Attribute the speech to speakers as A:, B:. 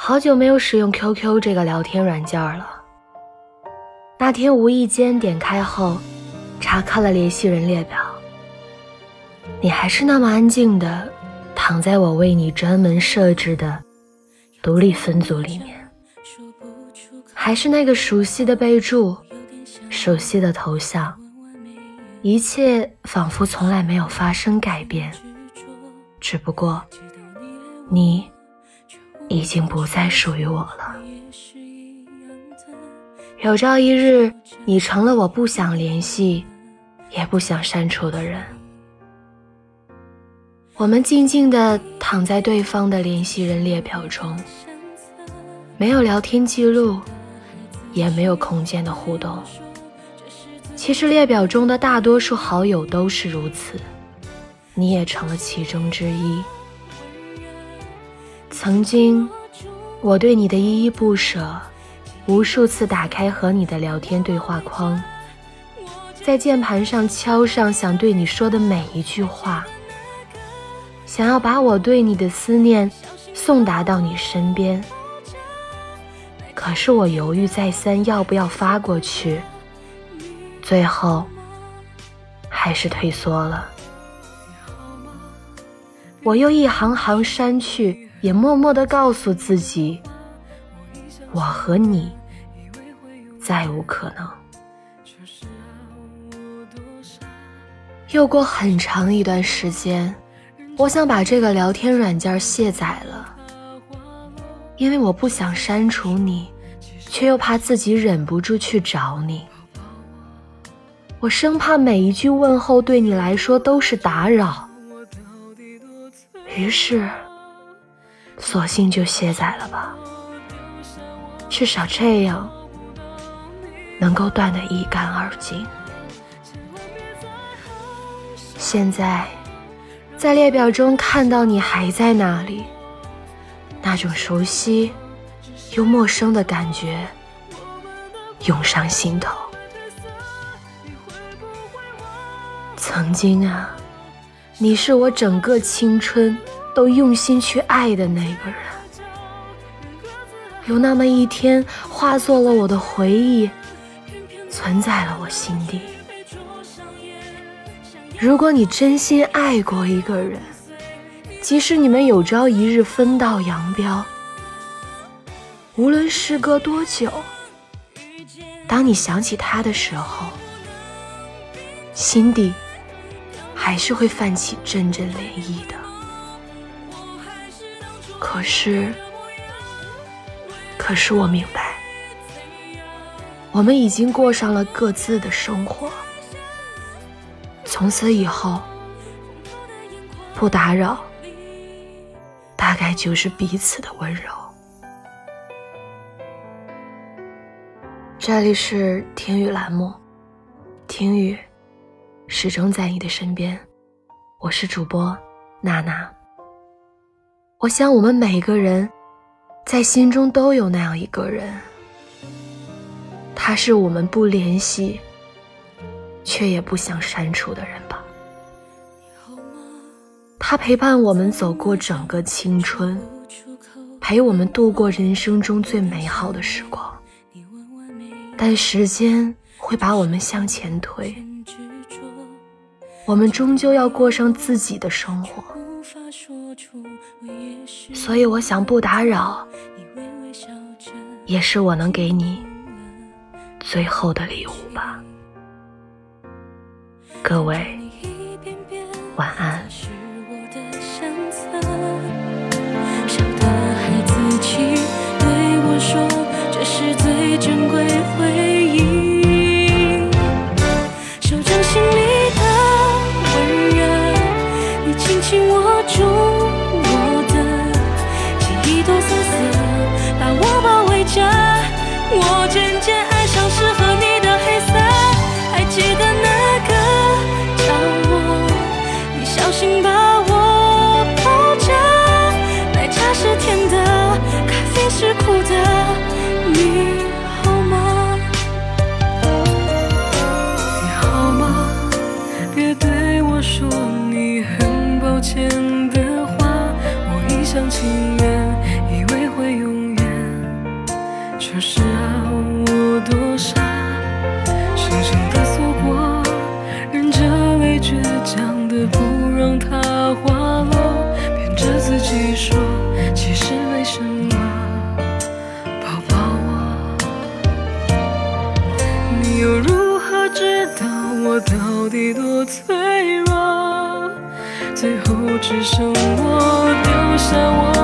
A: 好久没有使用 QQ 这个聊天软件了。那天无意间点开后，查看了联系人列表，你还是那么安静地躺在我为你专门设置的独立分组里面，还是那个熟悉的备注，熟悉的头像，一切仿佛从来没有发生改变，只不过你已经不再属于我了。有朝一日，你成了我不想联系也不想删除的人。我们静静地躺在对方的联系人列表中，没有聊天记录，也没有空间的互动。其实列表中的大多数好友都是如此，你也成了其中之一。曾经我对你的依依不舍，无数次打开和你的聊天对话框，在键盘上敲上想对你说的每一句话，想要把我对你的思念送达到你身边。可是我犹豫再三要不要发过去，最后还是退缩了。我又一行行删去，也默默地告诉自己，我和你再无可能。又过很长一段时间，我想把这个聊天软件卸载了，因为我不想删除你，却又怕自己忍不住去找你。我生怕每一句问候对你来说都是打扰，于是索性就卸载了吧，至少这样能够断得一干二净。现在在列表中看到你还在那里，那种熟悉又陌生的感觉涌上心头。曾经啊，你是我整个青春都用心去爱的那个人，有那么一天化作了我的回忆，存在了我心底。如果你真心爱过一个人，即使你们有朝一日分道扬镳，无论时隔多久，当你想起他的时候，心底还是会泛起阵阵涟漪的。可是我明白，我们已经过上了各自的生活，从此以后不打扰，大概就是彼此的温柔。这里是听雨栏目，听雨始终在你的身边，我是主播娜娜。我想我们每个人在心中都有那样一个人，他是我们不联系却也不想删除的人吧。他陪伴我们走过整个青春，陪我们度过人生中最美好的时光，但时间会把我们向前推，我们终究要过上自己的生活。所以我想不打扰，也是我能给你最后的礼物吧。各位晚安。
B: 小的孩子气对我说，这是最珍贵回忆，手掌心里的温热，你轻轻握住我的记忆，多涩涩把我包围着，我渐渐爱上适合你的黑色。还记得那个角落，你小心把我抱着，奶茶是甜的，咖啡是苦的，你好吗？你好吗？别对我说你很抱歉的话，我一厢情愿，以为会永远可是啊，我多傻，深深的锁过，忍着泪倔强的不让它滑落，骗着自己说其实没什么，抱抱我。你又如何知道我到底多脆弱？最后只剩我丢下我